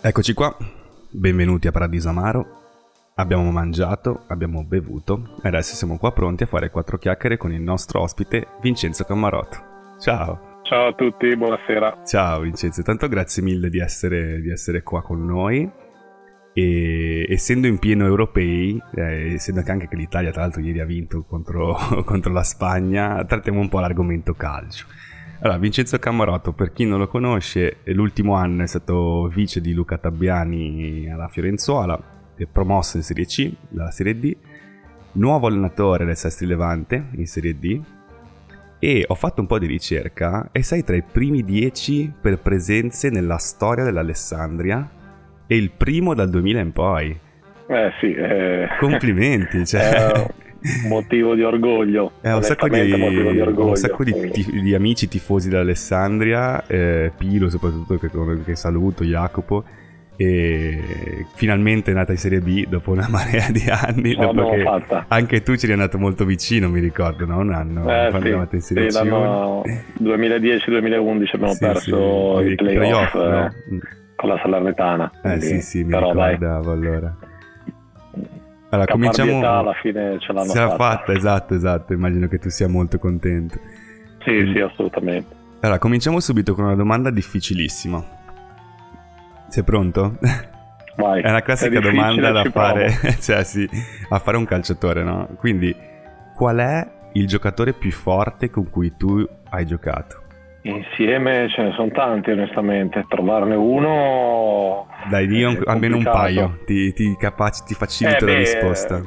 Eccoci qua, benvenuti a Paradiso Amaro. Abbiamo mangiato, abbiamo bevuto e adesso siamo qua pronti a fare 4 chiacchiere con il nostro ospite Vincenzo Cammarotto. Ciao! Ciao a tutti, buonasera. Ciao Vincenzo, tanto grazie mille di essere qua con noi. E essendo in pieno europei, essendo anche che l'Italia tra l'altro ieri ha vinto contro la Spagna, trattiamo un po' l'argomento calcio. Allora, Vincenzo Cammarotto, per chi non lo conosce, l'ultimo anno è stato vice di Luca Tabbiani alla Fiorenzuola, è promosso in Serie C dalla Serie D, nuovo allenatore del Sestri Levante in Serie D, e ho fatto un po' di ricerca e sei tra i primi 10 per presenze nella storia dell'Alessandria e il primo dal 2000 in poi. Sì. Complimenti, cioè... motivo di orgoglio. Un sacco di amici tifosi dell'Alessandria, Pilo soprattutto che saluto, Jacopo, e finalmente è nata in Serie B dopo una marea di anni, dopo che fatta. Anche tu ci eri andato molto vicino, mi ricordo, no? Un anno quando eravate in Serie C. L'anno 2010-2011 abbiamo perso i playoff, no? Con la Salernitana. Sì, mi ricordavo allora. Allora, cominciamo. Alla fine ce l'hanno fatta. Esatto, immagino che tu sia molto contento. Sì, assolutamente. Allora, cominciamo subito con una domanda difficilissima. Sei pronto? Vai. È una classica domanda da fare, cioè sì, a fare un calciatore, no? Quindi, qual è il giocatore più forte con cui tu hai giocato? Insieme ce ne sono tanti, onestamente. Trovarne uno... Dai, io almeno un paio, ti facilito la risposta.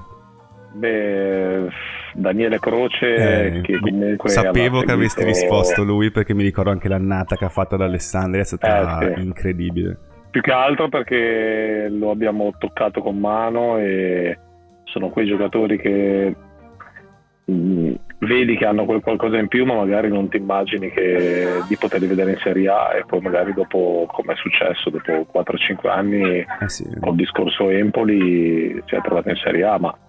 Daniele Croce, che comunque... Sapevo che avresti risposto lui, perché mi ricordo anche l'annata che ha fatto all'Alessandria, è stata incredibile. Più che altro perché lo abbiamo toccato con mano e sono quei giocatori che... vedi che hanno quel qualcosa in più, ma magari non ti immagini di poterli vedere in Serie A, e poi magari dopo, come è successo dopo 4-5 anni col discorso Empoli, si è trovato in Serie A. Ma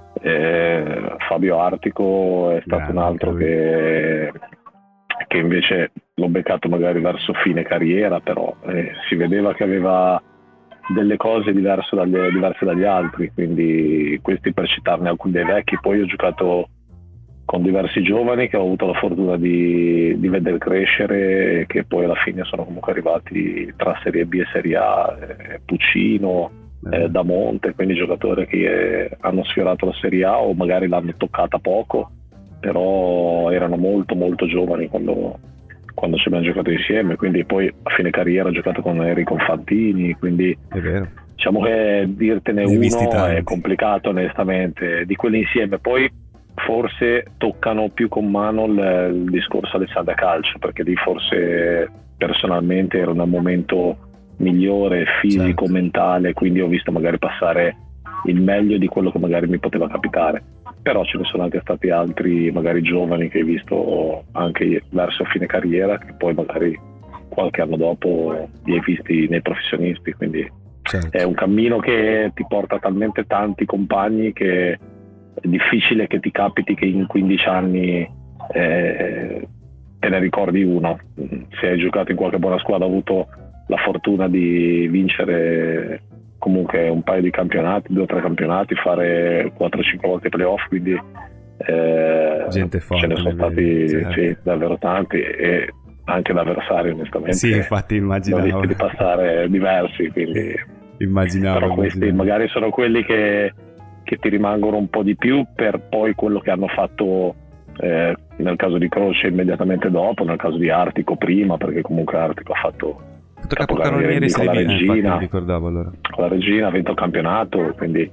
Fabio Artico è stato un altro che invece l'ho beccato magari verso fine carriera, però si vedeva che aveva delle cose diverse dagli altri, quindi questi per citarne alcuni dei vecchi. Poi ho giocato con diversi giovani che ho avuto la fortuna di vedere crescere e che poi alla fine sono comunque arrivati tra Serie B e Serie A, Puccino, Damonte, quindi giocatori che hanno sfiorato la Serie A o magari l'hanno toccata poco, però erano molto molto giovani quando ci abbiamo giocato insieme. Quindi poi a fine carriera ho giocato con Enrico Infantini, quindi è vero. Diciamo che dirtene uno è complicato, onestamente, di quelli insieme. Poi forse toccano più con mano il discorso Alessandria Calcio, perché lì forse personalmente era un momento migliore fisico, mentale, quindi ho visto magari passare il meglio di quello che magari mi poteva capitare. Però ce ne sono anche stati altri magari giovani che hai visto anche verso fine carriera, che poi magari qualche anno dopo li hai visti nei professionisti, quindi è un cammino che ti porta talmente tanti compagni che è difficile che ti capiti che in 15 anni te ne ricordi uno. Se hai giocato in qualche buona squadra, hai avuto la fortuna di vincere comunque un paio di campionati, 2 o 3 campionati, fare 4-5 volte i playoff, quindi gente forte, ce ne sono stati davvero tanti, e anche l'avversario onestamente. Sì, infatti immaginavo. Ho visto di passare diversi, quindi immaginavo. Però questi magari sono quelli che ti rimangono un po' di più per poi quello che hanno fatto nel caso di Croce immediatamente dopo, nel caso di Artico prima, perché comunque Artico ha fatto capocannoniere con la Regina, ricordavo allora. Con la Regina ha vinto il campionato, quindi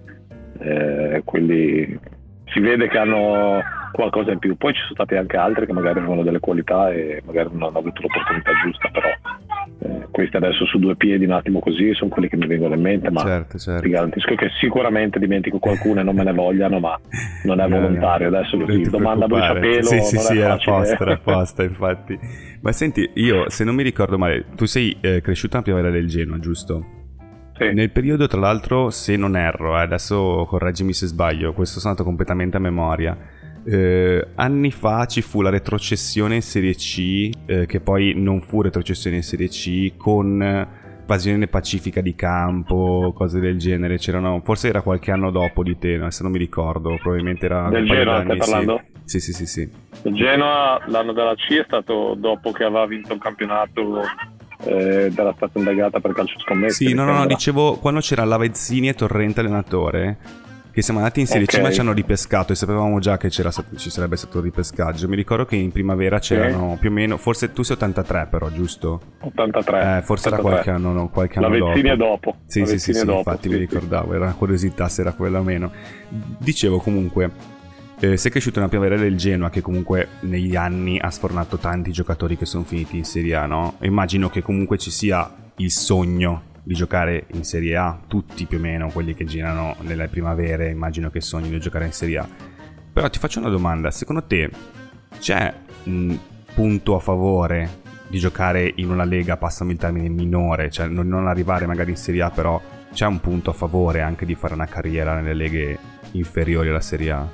quelli si vede che hanno qualcosa in più. Poi ci sono stati anche altri che magari avevano delle qualità e magari non hanno avuto l'opportunità giusta, però questi adesso su 2 piedi un attimo così sono quelli che mi vengono in mente, ma certo. ti garantisco che sicuramente dimentico qualcuno e non me ne vogliano, ma non è volontario. Adesso così, domanda a bruciapelo. Sì, era apposta infatti. Ma senti, io se non mi ricordo male, tu sei cresciuto nella Primavera del Genoa, giusto? Sì. Nel periodo, tra l'altro, se non erro, adesso correggimi se sbaglio, questo sono andato completamente a memoria, anni fa ci fu la retrocessione in Serie C, che poi non fu retrocessione in Serie C, con invasione pacifica di campo, cose del genere, c'erano, forse era qualche anno dopo di te, adesso non mi ricordo, probabilmente era del Genoa, stai parlando? Sì. Il Genoa, l'anno della C è stato dopo che aveva vinto il campionato, era stata indagata per calcio scommesse. Sì, no, dicevo quando c'era Lavezzini e Torrente allenatore, che siamo andati in Serie C ma ci hanno ripescato e sapevamo già che ci sarebbe stato il ripescaggio. Mi ricordo che in primavera c'erano più o meno, forse tu sei 83 però, giusto? 83. Forse 83. Era qualche anno dopo. Lavezzini è dopo. Sì, infatti mi ricordavo, era una curiosità se era quella o meno. Dicevo comunque, sei cresciuto nella primavera del Genoa, che comunque negli anni ha sfornato tanti giocatori che sono finiti in Serie A, no? Immagino che comunque ci sia il sogno di giocare in Serie A, tutti più o meno quelli che girano nelle primavere immagino che sognino di giocare in Serie A. Però ti faccio una domanda, secondo te c'è un punto a favore di giocare in una lega, passami il termine, minore, cioè non arrivare magari in Serie A, però c'è un punto a favore anche di fare una carriera nelle leghe inferiori alla Serie A?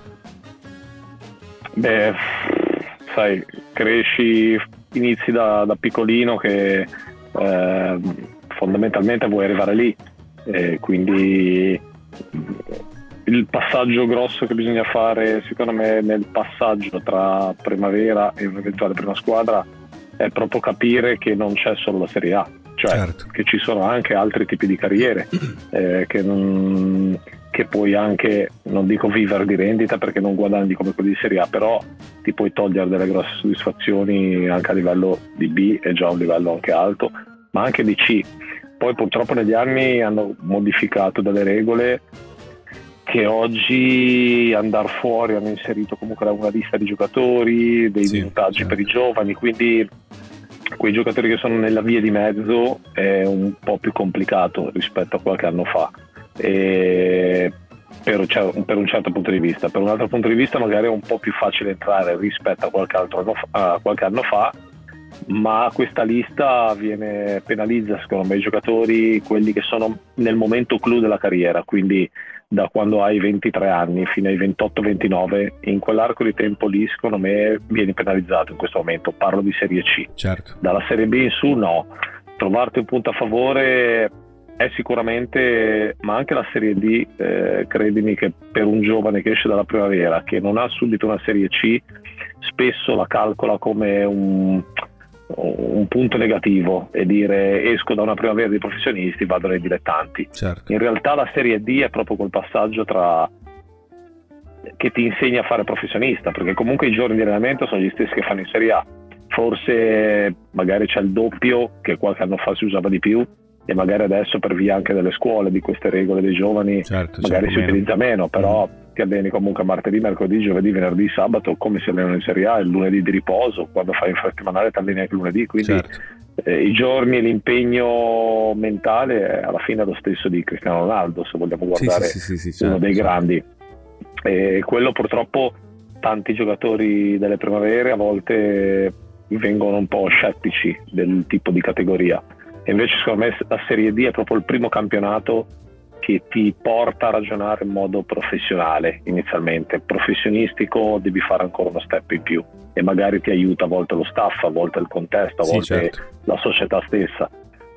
Beh, sai, cresci, inizi da piccolino che fondamentalmente vuoi arrivare lì, quindi il passaggio grosso che bisogna fare secondo me nel passaggio tra primavera e un'eventuale prima squadra è proprio capire che non c'è solo la Serie A, cioè certo, che ci sono anche altri tipi di carriere, che puoi anche, non dico vivere di rendita perché non guadagni come quelli di Serie A, però ti puoi togliere delle grosse soddisfazioni anche a livello di B, è già un livello anche alto, ma anche di C. Poi purtroppo negli anni hanno modificato delle regole che oggi andare fuori hanno inserito comunque una lista di giocatori, dei minutaggi per i giovani, quindi quei giocatori che sono nella via di mezzo è un po' più complicato rispetto a qualche anno fa, per un certo punto di vista. Per un altro punto di vista magari è un po' più facile entrare rispetto a qualche anno fa, ma questa lista penalizza secondo me i giocatori, quelli che sono nel momento clou della carriera, quindi da quando hai 23 anni fino ai 28-29, in quell'arco di tempo lì secondo me vieni penalizzato in questo momento. Parlo di Serie C, certo. Dalla Serie B in su no, trovarti un punto a favore è sicuramente, ma anche la Serie D, credimi che per un giovane che esce dalla primavera, che non ha subito una Serie C, spesso la calcola come un punto negativo e dire esco da una primavera di professionisti, vado nei dilettanti. Certo. In realtà la Serie D è proprio quel passaggio che ti insegna a fare professionista, perché comunque i giorni di allenamento sono gli stessi che fanno in Serie A, forse magari c'è il doppio che qualche anno fa si usava di più e magari adesso per via anche delle scuole, di queste regole dei giovani, magari si utilizza meno, però ti alleni comunque martedì, mercoledì, giovedì, venerdì, sabato, come si allenano in Serie A, il lunedì di riposo, quando fai infrasettimanale ti alleni anche lunedì, quindi i giorni e l'impegno mentale alla fine è lo stesso di Cristiano Ronaldo, se vogliamo guardare uno dei grandi. E quello purtroppo tanti giocatori delle primavere a volte vengono un po' scettici del tipo di categoria, e invece secondo me la Serie D è proprio il primo campionato che ti porta a ragionare in modo professionale. Inizialmente professionistico devi fare ancora uno step in più e magari ti aiuta a volte lo staff, a volte il contesto, a volte la società stessa.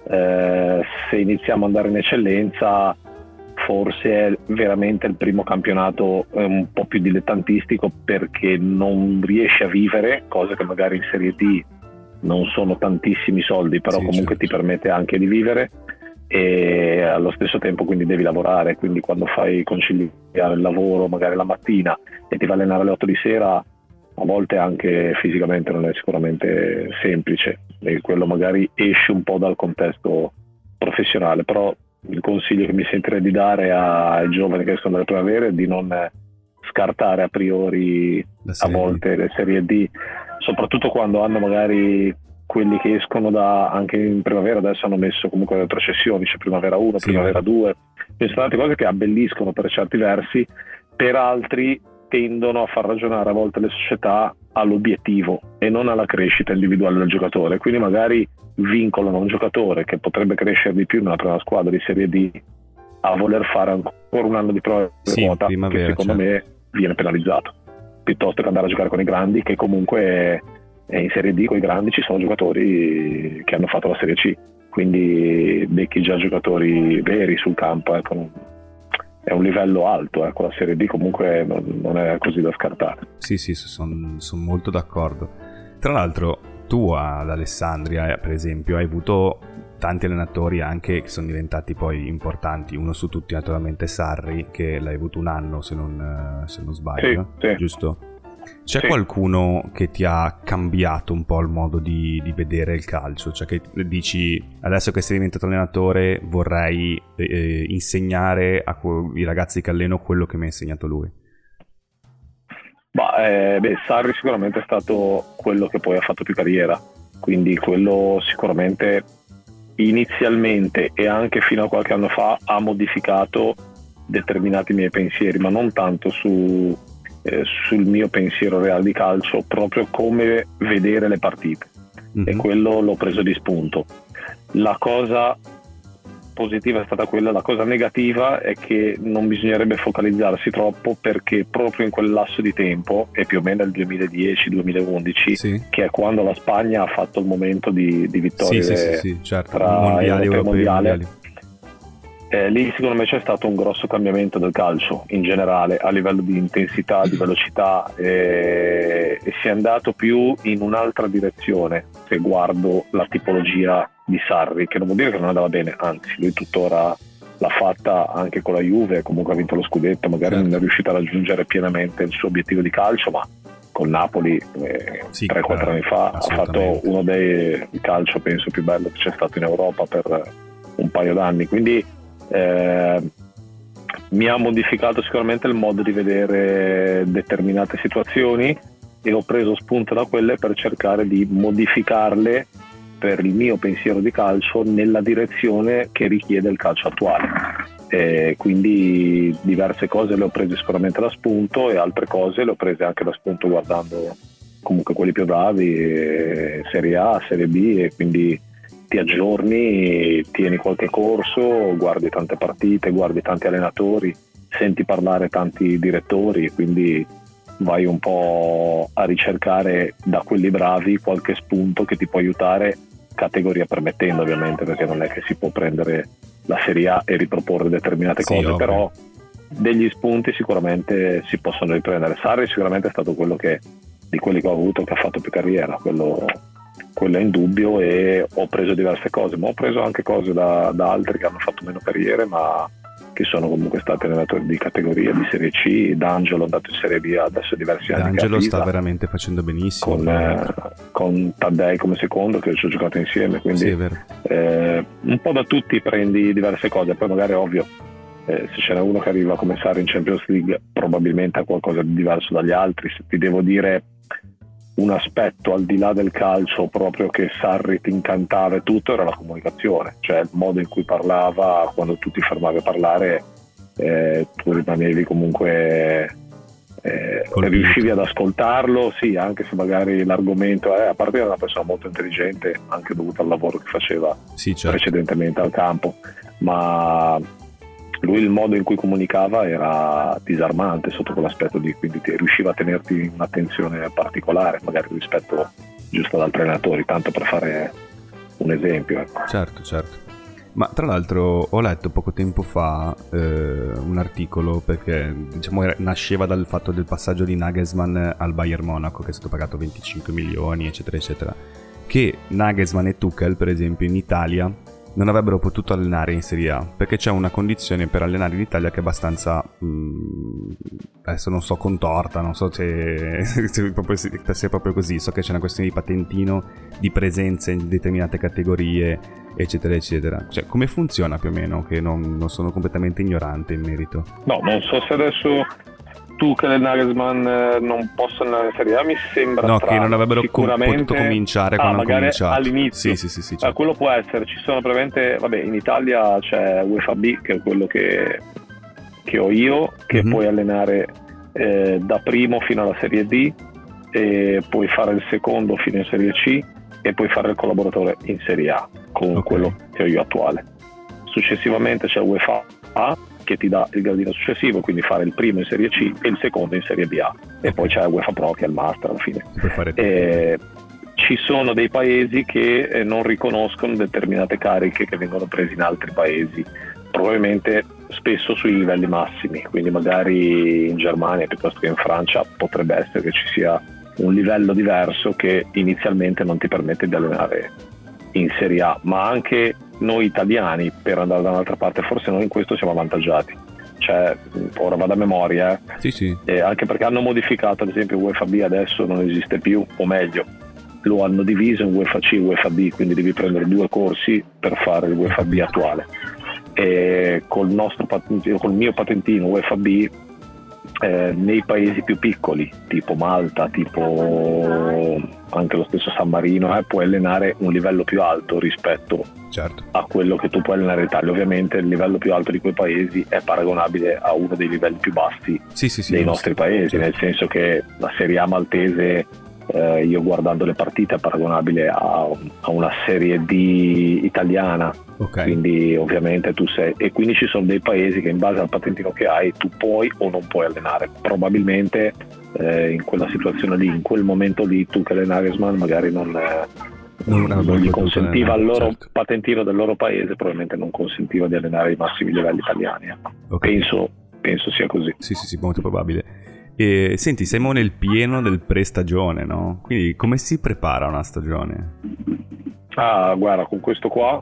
Se iniziamo ad andare in eccellenza forse è veramente il primo campionato un po' più dilettantistico, perché non riesci a vivere, cose che magari in Serie D non sono tantissimi soldi, però comunque ti permette anche di vivere, e allo stesso tempo quindi devi lavorare, quindi quando fai conciliare il lavoro magari la mattina e ti vai a allenare alle 8 di sera, a volte anche fisicamente non è sicuramente semplice, e quello magari esce un po' dal contesto professionale. Però il consiglio che mi sentirei di dare ai giovani che sono dalle primavere è di non scartare a priori a volte le Serie D, soprattutto quando hanno magari quelli che escono anche in primavera. Adesso hanno messo comunque le retrocessioni, c'è primavera 1, primavera 2, ci sono tante cose che abbelliscono per certi versi, per altri tendono a far ragionare a volte le società all'obiettivo e non alla crescita individuale del giocatore, quindi magari vincolano un giocatore che potrebbe crescere di più nella prima squadra di Serie D a voler fare ancora un anno di prova quota, che secondo me viene penalizzato, piuttosto che andare a giocare con i grandi, che comunque in Serie D con i grandi ci sono giocatori che hanno fatto la Serie C, quindi becchi già giocatori veri sul campo, ecco. È un livello alto, ecco, la Serie D comunque non è così da scartare. Sì, sono molto d'accordo. Tra l'altro tu ad Alessandria, per esempio, hai avuto tanti allenatori anche che sono diventati poi importanti, uno su tutti naturalmente Sarri, che l'hai avuto un anno se non sbaglio, sì. Giusto? C'è qualcuno che ti ha cambiato un po' il modo di vedere il calcio? Cioè che dici, adesso che sei diventato allenatore vorrei insegnare ai ragazzi che alleno quello che mi ha insegnato lui? Sarri sicuramente è stato quello che poi ha fatto più carriera, quindi quello sicuramente inizialmente e anche fino a qualche anno fa ha modificato determinati miei pensieri, ma non tanto sul mio pensiero reale di calcio, proprio come vedere le partite. E quello l'ho preso di spunto. La cosa positiva è stata quella, la cosa negativa è che non bisognerebbe focalizzarsi troppo, perché proprio in quel lasso di tempo, e più o meno nel 2010-2011, che è quando la Spagna ha fatto il momento di vittorie certo. Tra mondiali, europei, mondiali. Lì secondo me c'è stato un grosso cambiamento del calcio in generale a livello di intensità, di velocità, e si è andato più in un'altra direzione se guardo la tipologia di Sarri, che non vuol dire che non andava bene, anzi lui tuttora l'ha fatta anche con la Juve, comunque ha vinto lo scudetto, magari non è riuscito a raggiungere pienamente il suo obiettivo di calcio, ma con Napoli 3-4 anni fa ha fatto uno dei calcio penso più bello che c'è stato in Europa per un paio d'anni, quindi mi ha modificato sicuramente il modo di vedere determinate situazioni, e ho preso spunto da quelle per cercare di modificarle per il mio pensiero di calcio nella direzione che richiede il calcio attuale. Quindi diverse cose le ho prese sicuramente da spunto, e altre cose le ho prese anche da spunto guardando comunque quelli più bravi, Serie A, Serie B, e quindi ti aggiorni, tieni qualche corso, guardi tante partite, guardi tanti allenatori, senti parlare tanti direttori, e quindi vai un po' a ricercare da quelli bravi qualche spunto che ti può aiutare, categoria permettendo ovviamente, perché non è che si può prendere la Serie A e riproporre determinate cose, ovvio. Però degli spunti sicuramente si possono riprendere. Sarri sicuramente è stato quello di quelli che ho avuto che ha fatto più carriera, quello è indubbio, e ho preso diverse cose, ma ho preso anche cose da altri che hanno fatto meno carriere, ma che sono comunque stati allenatori di categoria, di Serie C. D'Angelo è andato in Serie B adesso diversi anni. D'Angelo sta veramente facendo benissimo. Con Taddei come secondo, che ci ho giocato insieme, quindi un po' da tutti prendi diverse cose, poi magari ovvio, se ce n'è uno che arriva come Sarri in Champions League probabilmente ha qualcosa di diverso dagli altri. Se ti devo dire un aspetto al di là del calcio proprio che Sarri ti incantava e tutto, era la comunicazione, cioè il modo in cui parlava, quando tu ti fermavi a parlare tu rimanevi comunque riuscivi ad ascoltarlo, sì, anche se magari l'argomento a parte era una persona molto intelligente anche dovuto al lavoro che faceva precedentemente al campo, ma lui il modo in cui comunicava era disarmante sotto quell'aspetto quindi riusciva a tenerti un'attenzione particolare magari rispetto giusto ad altri allenatori, tanto per fare un esempio, ecco. Certo. Ma tra l'altro ho letto poco tempo fa un articolo, perché diciamo nasceva dal fatto del passaggio di Nagelsmann al Bayern Monaco, che è stato pagato 25 milioni eccetera eccetera, che Nagelsmann e Tuchel per esempio in Italia non avrebbero potuto allenare in Serie A, perché c'è una condizione per allenare in Italia che è abbastanza adesso non so, contorta, non so se è proprio così, so che c'è una questione di patentino, di presenza in determinate categorie eccetera eccetera. Cioè, come funziona più o meno, che non sono completamente ignorante in merito? No, non so se adesso Tuchel e Nagelsmann non possono andare in Serie A, mi sembra strano. Che non avrebbero potuto cominciare quando hanno cominciato all'inizio. Sì, certo. Quello può essere, ci sono praticamente, in Italia c'è UEFA B, che è quello che ho io, che puoi allenare da primo fino alla Serie D, e puoi fare il secondo fino in Serie C, e puoi fare il collaboratore in Serie A con quello che ho io attuale. Successivamente c'è UEFA A, che ti dà il gradino successivo, quindi fare il primo in Serie C e il secondo in Serie BA, e poi c'è UEFA Pro che è il master alla fine. ci sono dei paesi che non riconoscono determinate cariche che vengono prese in altri paesi, probabilmente spesso sui livelli massimi, quindi magari in Germania piuttosto che in Francia potrebbe essere che ci sia un livello diverso che inizialmente non ti permette di allenare in Serie A, ma anche noi italiani, per andare da un'altra parte, forse noi in questo siamo avvantaggiati, cioè ora vado a memoria, sì. Anche perché hanno modificato, ad esempio UEFA B adesso non esiste più, o meglio lo hanno diviso in UEFA C e UEFA B, quindi devi prendere 2 corsi per fare il UEFA B attuale, e col mio patentino UEFA B nei paesi più piccoli tipo Malta, tipo anche lo stesso San Marino, puoi allenare un livello più alto rispetto a quello che tu puoi allenare in Italia. Ovviamente il livello più alto di quei paesi è paragonabile a uno dei livelli più bassi dei nostri paesi, nel senso che la Serie A maltese, io guardando le partite, è paragonabile a una Serie D italiana, quindi ovviamente tu sei, e quindi ci sono dei paesi che in base al patentino che hai tu puoi o non puoi allenare. Probabilmente in quella situazione lì, in quel momento lì, tu che eri Nagelsmann magari non gli consentiva al loro patentino del loro paese, probabilmente non consentiva di allenare i massimi livelli italiani. Penso sia così. Sì, molto probabile. E senti, siamo nel pieno del pre-stagione, no? Quindi come si prepara una stagione? Guarda, con questo qua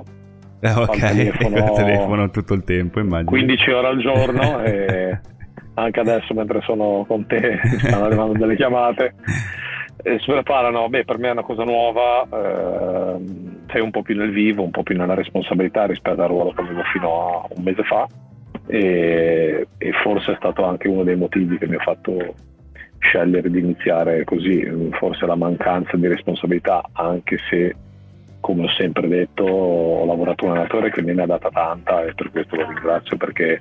telefono tutto il tempo, immagino. 15 ore al giorno e anche adesso mentre sono con te stanno arrivando delle chiamate. Si preparano, per me è una cosa nuova, sei un po' più nel vivo, un po' più nella responsabilità rispetto al ruolo che avevo fino a un mese fa. E forse è stato anche uno dei motivi che mi ha fatto scegliere di iniziare così, forse la mancanza di responsabilità, anche se, come ho sempre detto, ho lavorato un allenatore che me ne ha data tanta e per questo lo ringrazio, perché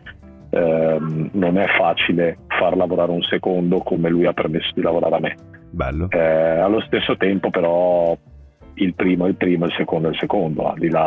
non è facile far lavorare un secondo come lui ha permesso di lavorare a me. Bello. Allo stesso tempo però il primo è il primo, il secondo è il secondo, al di là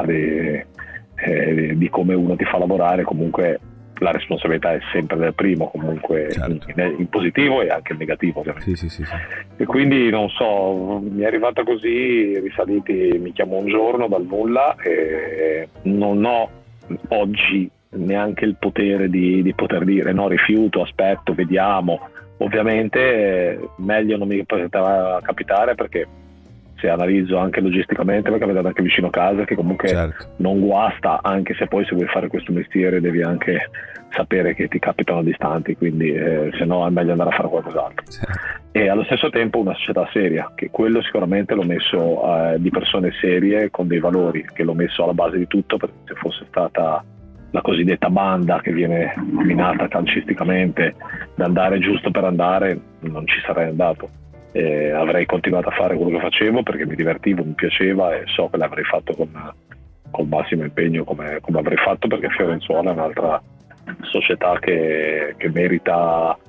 di come uno ti fa lavorare, comunque la responsabilità è sempre del primo, comunque, in positivo e anche in negativo, ovviamente. Sì. E quindi non so, mi è arrivata così, risaliti, mi chiamo un giorno dal nulla e non ho oggi neanche il potere di poter dire no, rifiuto, aspetto, vediamo. Ovviamente meglio non mi poteva capitare, perché se analizzo anche logisticamente mi è capitato anche vicino a casa, che comunque non guasta, anche se poi se vuoi fare questo mestiere devi anche sapere che ti capitano distanti, quindi se no è meglio andare a fare qualcos'altro. E allo stesso tempo una società seria, che quello sicuramente l'ho messo di persone serie con dei valori, che l'ho messo alla base di tutto, perché se fosse stata la cosiddetta banda che viene nominata calcisticamente da andare giusto per andare, non ci sarei andato. Avrei continuato a fare quello che facevo perché mi divertivo, mi piaceva e so che l'avrei fatto con massimo impegno come avrei fatto, perché Fiorenzuola è un'altra società che merita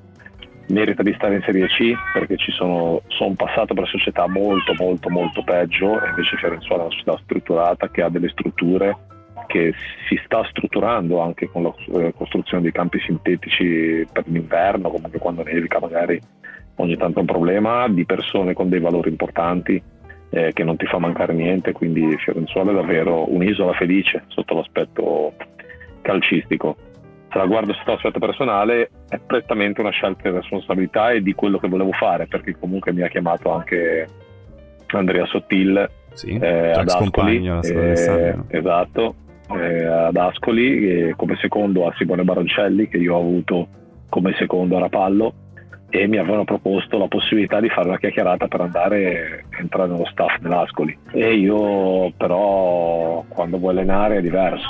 di stare in Serie C, perché sono passato per società molto molto molto peggio, e invece Fiorenzuola è una società strutturata che ha delle strutture, che si sta strutturando anche con la costruzione di campi sintetici per l'inverno, comunque quando nevica magari ogni tanto un problema, di persone con dei valori importanti, che non ti fa mancare niente. Quindi Fiorenzuola è davvero un'isola felice sotto l'aspetto calcistico. Se la guardo sotto l'aspetto personale è prettamente una scelta di responsabilità e di quello che volevo fare, perché comunque mi ha chiamato anche Andrea Sottil ad Ascoli, esatto, ad Ascoli, come secondo a Simone Baroncelli, che io ho avuto come secondo a Rapallo, e mi avevano proposto la possibilità di fare una chiacchierata per entrare nello staff dell'Ascoli, e io però quando vuoi allenare è diverso,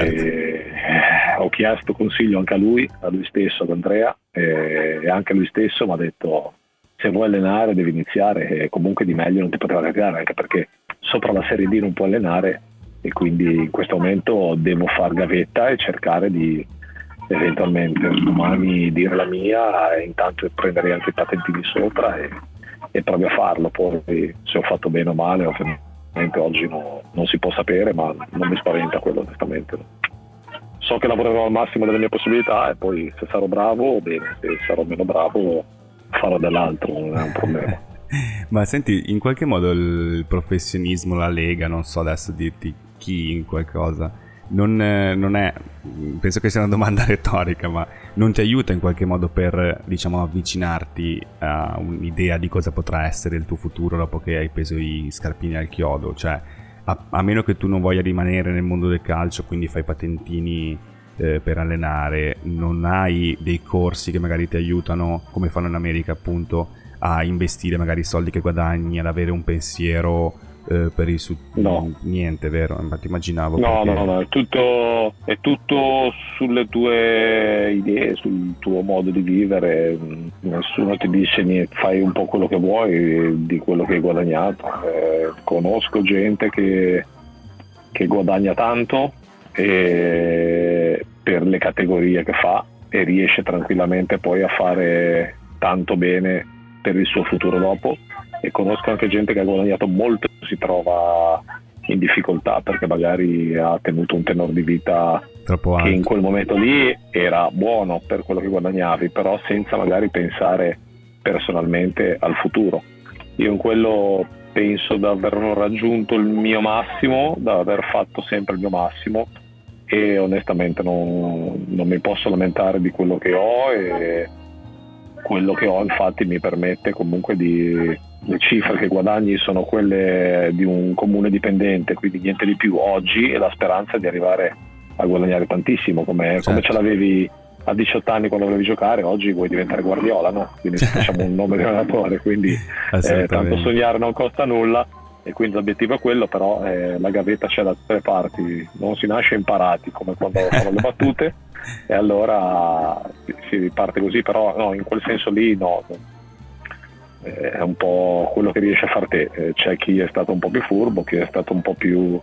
ho chiesto consiglio anche a lui stesso, ad Andrea, e anche lui stesso mi ha detto: se vuoi allenare devi iniziare, e comunque di meglio non ti poteva capitare, anche perché sopra la Serie D non puoi allenare, e quindi in questo momento devo far gavetta e cercare di eventualmente domani dire la mia, e intanto prenderei anche i patentini sopra e proprio a farlo. Poi se ho fatto bene o male ovviamente oggi non si può sapere, ma non mi spaventa quello, onestamente. So che lavorerò al massimo delle mie possibilità, e poi se sarò bravo bene, se sarò meno bravo farò dell'altro, non è un problema. Ma senti, in qualche modo il professionismo, la lega, non so adesso dirti chi in qualcosa, non è, penso che sia una domanda retorica, ma non ti aiuta in qualche modo per, diciamo, avvicinarti a un'idea di cosa potrà essere il tuo futuro dopo che hai preso i scarpini al chiodo? Cioè, a meno che tu non voglia rimanere nel mondo del calcio, quindi fai patentini per allenare, non hai dei corsi che magari ti aiutano, come fanno in America appunto, a investire magari i soldi che guadagni, ad avere un pensiero per il no. Niente, vero? Infatti immaginavo. No, è tutto sulle tue idee, sul tuo modo di vivere. Nessuno ti dice niente, fai un po' quello che vuoi di quello che hai guadagnato. Conosco gente che guadagna tanto e per le categorie che fa, e riesce tranquillamente poi a fare tanto bene per il suo futuro dopo, e conosco anche gente che ha guadagnato molto e si trova in difficoltà perché magari ha tenuto un tenore di vita troppo alto, che in quel momento lì era buono per quello che guadagnavi, però senza magari pensare personalmente al futuro. Io in quello penso di aver raggiunto il mio massimo, di aver fatto sempre il mio massimo, e onestamente non mi posso lamentare di quello che ho, e quello che ho infatti mi permette comunque le cifre che guadagni sono quelle di un comune dipendente, quindi niente di più oggi, e la speranza è di arrivare a guadagnare tantissimo come ce l'avevi a 18 anni quando volevi giocare. Oggi vuoi diventare Guardiola, no? Quindi facciamo un nome di allenatore, quindi tanto sognare non costa nulla, e quindi l'obiettivo è quello, però la gavetta c'è da tutte le parti, non si nasce imparati come quando fanno le battute, e allora si parte così, però no, in quel senso lì no, è un po' quello che riesce a far te. C'è chi è stato un po' più furbo, chi è stato un po' più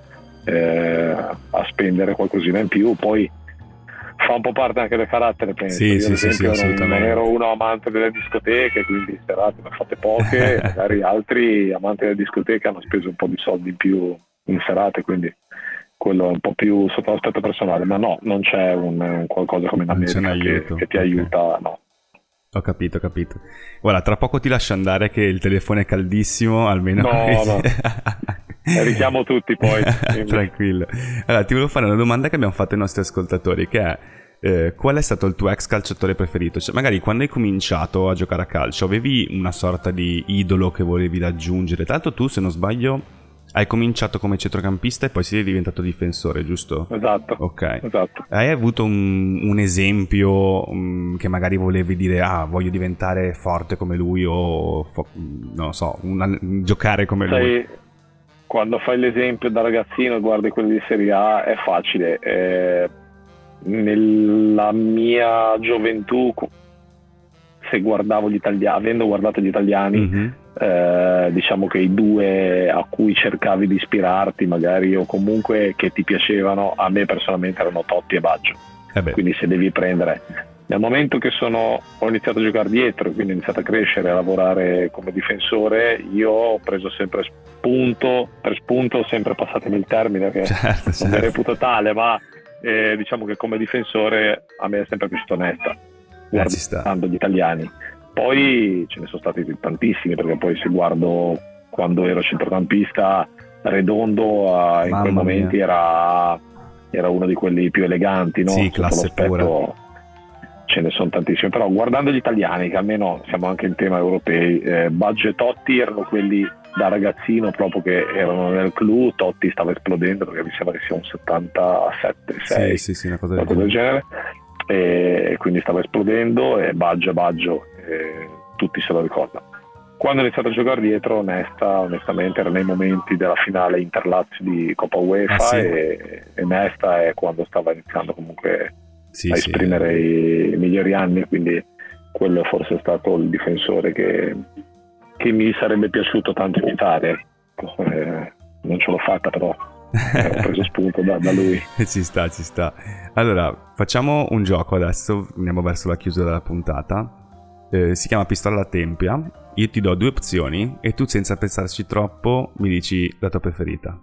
a spendere qualcosina in più, poi fa un po' parte anche del carattere, penso. Io ad esempio non ero uno amante delle discoteche, quindi serate ne ho fatte poche, magari altri amanti delle discoteche hanno speso un po' di soldi in più in serate, quindi quello è un po' più sotto l'aspetto personale, ma no, non c'è un qualcosa come in America che ti aiuta, no. Ho capito. Guarda, tra poco ti lascio andare che il telefono è caldissimo, almeno. No. Richiamo tutti poi. Tranquillo. Allora, ti volevo fare una domanda che abbiamo fatto ai nostri ascoltatori, che è qual è stato il tuo ex calciatore preferito? Cioè, magari quando hai cominciato a giocare a calcio avevi una sorta di idolo che volevi raggiungere. Tra l'altro tu, se non sbaglio, hai cominciato come centrocampista e poi sei diventato difensore, giusto? Esatto. Ok. Esatto. Hai avuto un esempio che magari volevi dire, voglio diventare forte come lui, o non so, giocare come lui? Quando fai l'esempio da ragazzino e guardi quelli di Serie A è facile. Nella mia gioventù, se guardavo gli italiani, avendo guardato gli italiani, diciamo che i due a cui cercavi di ispirarti magari, o comunque che ti piacevano, a me personalmente erano Totti e Baggio. Quindi se devi prendere, nel momento che ho iniziato a giocare dietro, quindi ho iniziato a crescere, a lavorare come difensore, io ho preso sempre spunto, sempre passatemi il termine che non mi reputo tale, ma diciamo che come difensore a me è sempre piaciuto Nesta, guardando gli italiani. Poi ce ne sono stati tantissimi, perché poi se guardo quando ero centrocampista, Redondo in quei momenti era uno di quelli più eleganti, no? Sì, classe pura. Ce ne sono tantissimi, però guardando gli italiani, che almeno siamo anche in tema europei, Baggio e Totti erano quelli da ragazzino proprio che erano nel clou. Totti stava esplodendo perché mi sembra che sia un 77, 6, sì, una cosa del genere, e quindi stava esplodendo, e Baggio tutti se lo ricordano. Quando ho iniziato a giocare dietro, Nesta, onestamente, era nei momenti della finale Interlazio di Coppa UEFA, e Nesta è quando stava iniziando comunque a esprimere i migliori anni, quindi quello è forse stato il difensore che mi sarebbe piaciuto tanto imitare. Non ce l'ho fatta, però ho preso spunto da lui. Ci sta. Allora, facciamo un gioco adesso, andiamo verso la chiusura della puntata. Si chiama Pistola alla tempia. Io ti do 2 opzioni e tu, senza pensarci troppo, mi dici la tua preferita.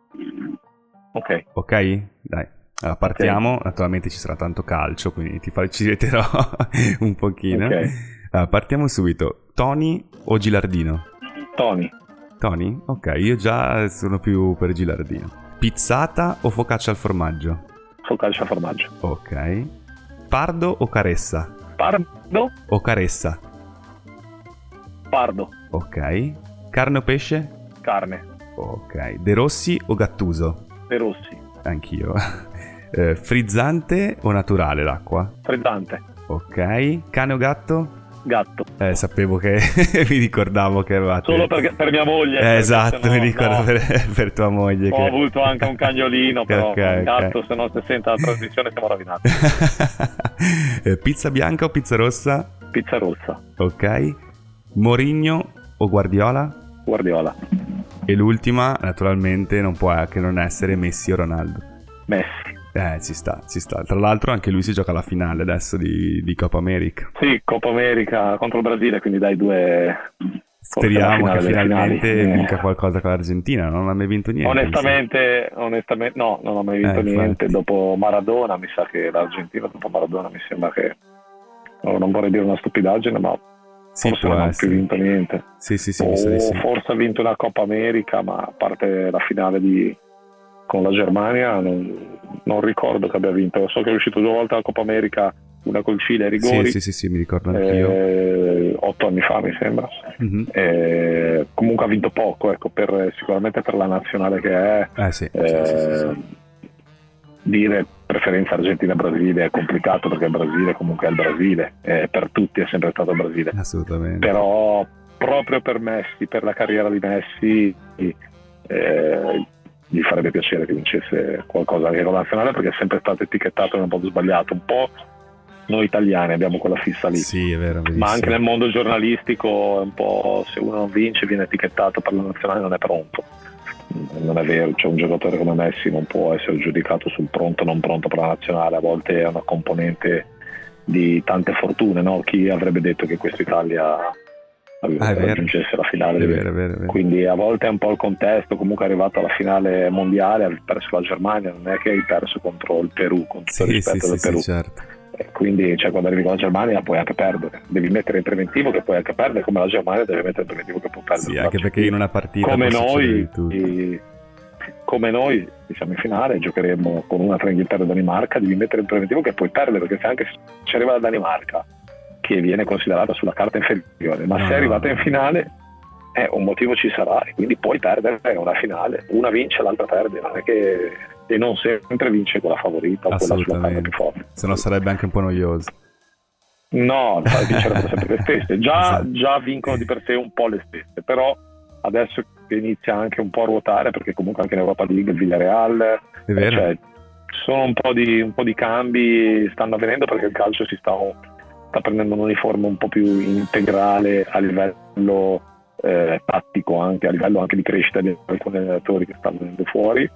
Ok? Dai. Allora, partiamo. Naturalmente ci sarà tanto calcio, quindi ci faciliterò un pochino. Allora, partiamo subito. Toni o Gilardino? Tony? Ok, io già sono più per Gilardino. Pizzata o focaccia al formaggio? Focaccia al formaggio. Ok. Pardo o caressa? Pardo o caressa? Pardo. Ok. Carne o pesce? Carne. Ok. De Rossi o Gattuso? De Rossi. Anch'io. Frizzante o naturale l'acqua? Frizzante. Ok. Cane o gatto? Gatto. Sapevo che mi ricordavo che avevate... Solo perché per mia moglie. Esatto, mi ricordo per tua moglie. Ho avuto anche un cagnolino, però okay, un gatto, se non si sente la trasmissione siamo rovinati. Pizza bianca o pizza rossa? Pizza rossa. Ok. Mourinho o Guardiola? Guardiola. E l'ultima, naturalmente, non può che non essere Messi o Ronaldo. Messi. Ci sta. Tra l'altro anche lui si gioca la finale adesso di Coppa America. Sì, Coppa America contro il Brasile, quindi dai due... Speriamo che finalmente vinca qualcosa con l'Argentina, non ha mai vinto niente. Onestamente no, non ha mai vinto niente. Infatti. Dopo Maradona, mi sa che l'Argentina dopo Maradona mi sembra che... Non vorrei dire una stupidaggine, ma forse non ha più vinto niente. Sì, sì. Forse ha vinto una Coppa America, ma a parte la finale con la Germania non ricordo che abbia vinto. So che è uscito 2 volte alla Coppa America, una col Cile ai rigori. Sì, mi ricordo anch'io. 8 anni fa mi sembra. Mm-hmm. Comunque ha vinto poco, ecco, sicuramente per la nazionale che è. Sì. Dire preferenza Argentina-Brasile è complicato, perché il Brasile comunque è il Brasile, per tutti è sempre stato il Brasile. Assolutamente. Però proprio per Messi, per la carriera di Messi, gli farebbe piacere che vincesse qualcosa anche con la nazionale, perché è sempre stato etichettato in un modo sbagliato. Un po' noi italiani abbiamo quella fissa lì. Sì, è vero, ma anche nel mondo giornalistico è un po', se uno non vince viene etichettato per la nazionale, non è pronto. Non è vero, c'è un giocatore come Messi non può essere giudicato sul pronto o non pronto per la nazionale. A volte è una componente di tante fortune, no? Chi avrebbe detto che questa Italia raggiungesse la finale? È vero. Quindi a volte è un po' il contesto. Comunque è arrivato alla finale mondiale, ha perso la Germania, non è che hai perso contro il Perù, con tutto il rispetto del Perù. Certo. Quindi quando arrivi con la Germania puoi anche perdere, devi mettere in preventivo che puoi anche perdere, come la Germania deve mettere in preventivo che può perdere. Sì, anche perché in una partita come noi siamo in finale, giocheremo con una tra Inghilterra e Danimarca, devi mettere in preventivo che puoi perdere, perché se anche ci arriva la Danimarca, che viene considerata sulla carta inferiore, ma se è arrivata in finale un motivo ci sarà, e quindi puoi perdere una finale, una vince l'altra perde, non è che... E non sempre vince quella favorita o quella sulla carta più forte. Se no sarebbe anche un po' noioso. No, vincerebbero sempre le stesse. Già vincono di per sé un po' le stesse, però adesso che inizia anche un po' a ruotare, perché comunque anche in Europa League il Villarreal, è vero. Sono un po' di cambi stanno avvenendo, perché il calcio sta prendendo un'uniforme un po' più integrale a livello tattico, anche a livello anche di crescita di alcuni allenatori che stanno venendo fuori.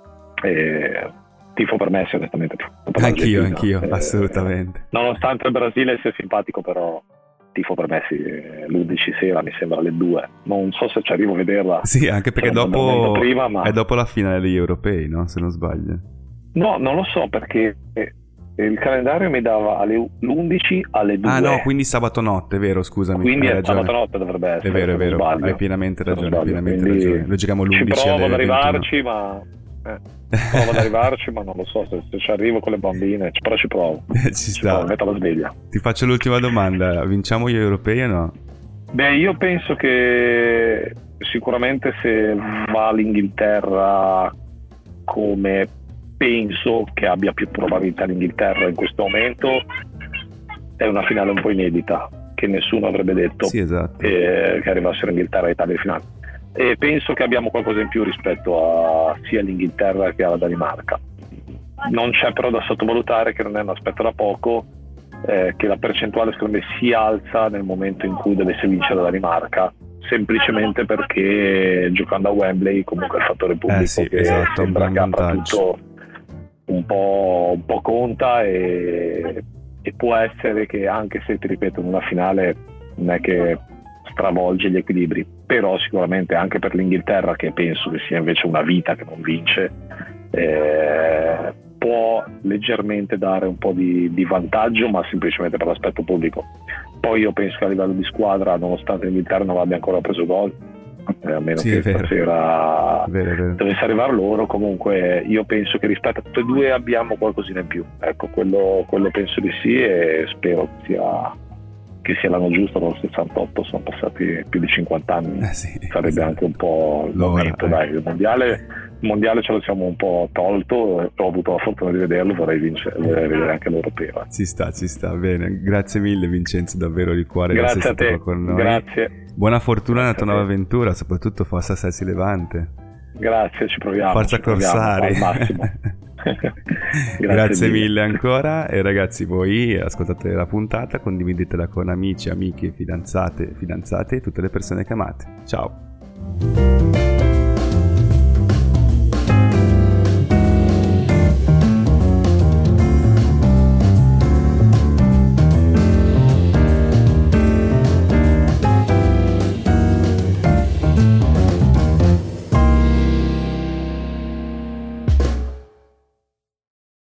Tifo per Messi, onestamente. Anch'io, assolutamente. Nonostante il Brasile sia simpatico, però tifo per Messi l'11 sera, mi sembra alle 2. Non so se ci arrivo a vederla. Sì, anche perché dopo prima, ma... è dopo la finale degli europei, no? Se non sbaglio. No, non lo so, perché il calendario mi dava l'11 alle 2. Ah no, quindi sabato notte, è vero, scusami. Quindi sabato notte dovrebbe essere. È vero, hai pienamente ragione. Lo giochiamo l'11 ci provo ad arrivarci, ma... provo ad arrivarci, ma non lo so se ci arrivo con le bambine, però ci provo. Ci sta. Metto la sveglia. Ti faccio l'ultima domanda: vinciamo gli europei o no? Beh, io penso che sicuramente se va l'Inghilterra, come penso che abbia più probabilità l'Inghilterra in questo momento, è una finale un po' inedita, che nessuno avrebbe detto. Sì, esatto. Che arrivassero Inghilterra e Italia in finale. E penso che abbiamo qualcosa in più rispetto a sia l'Inghilterra che alla Danimarca. Non c'è però da sottovalutare che non è un aspetto da poco, che la percentuale secondo me si alza nel momento in cui dovesse vincere la Danimarca, semplicemente perché giocando a Wembley comunque il fattore pubblico che sembra che abbia tutto un po' conta, e può essere che, anche se ti ripeto in una finale non è che stravolge gli equilibri, però sicuramente anche per l'Inghilterra, che penso che sia invece una vita che non vince, può leggermente dare un po' di vantaggio, ma semplicemente per l'aspetto pubblico. Poi io penso che a livello di squadra, nonostante l'Inghilterra non abbia ancora preso gol, a meno che stasera dovesse arrivare loro. Comunque io penso che rispetto a tutte e due abbiamo qualcosina in più, ecco, quello penso di sì, e spero che sia l'anno giusto. Con il 68 sono passati più di 50 anni, sarebbe anche un po' il momento, dai. Il mondiale ce lo siamo un po' tolto, ho avuto la fortuna di vederlo, vorrei vedere anche l'europeo. Ci sta, bene. Grazie mille Vincenzo, davvero di cuore. Grazie a te, con noi. Grazie. Buona fortuna nella tua nuova avventura, soprattutto Forza Sessi Levante. Grazie, ci proviamo. Forza Corsari. Al massimo. Grazie mille ancora, e ragazzi, voi ascoltate la puntata, condividetela con amici, amiche, fidanzate e tutte le persone che amate. Ciao.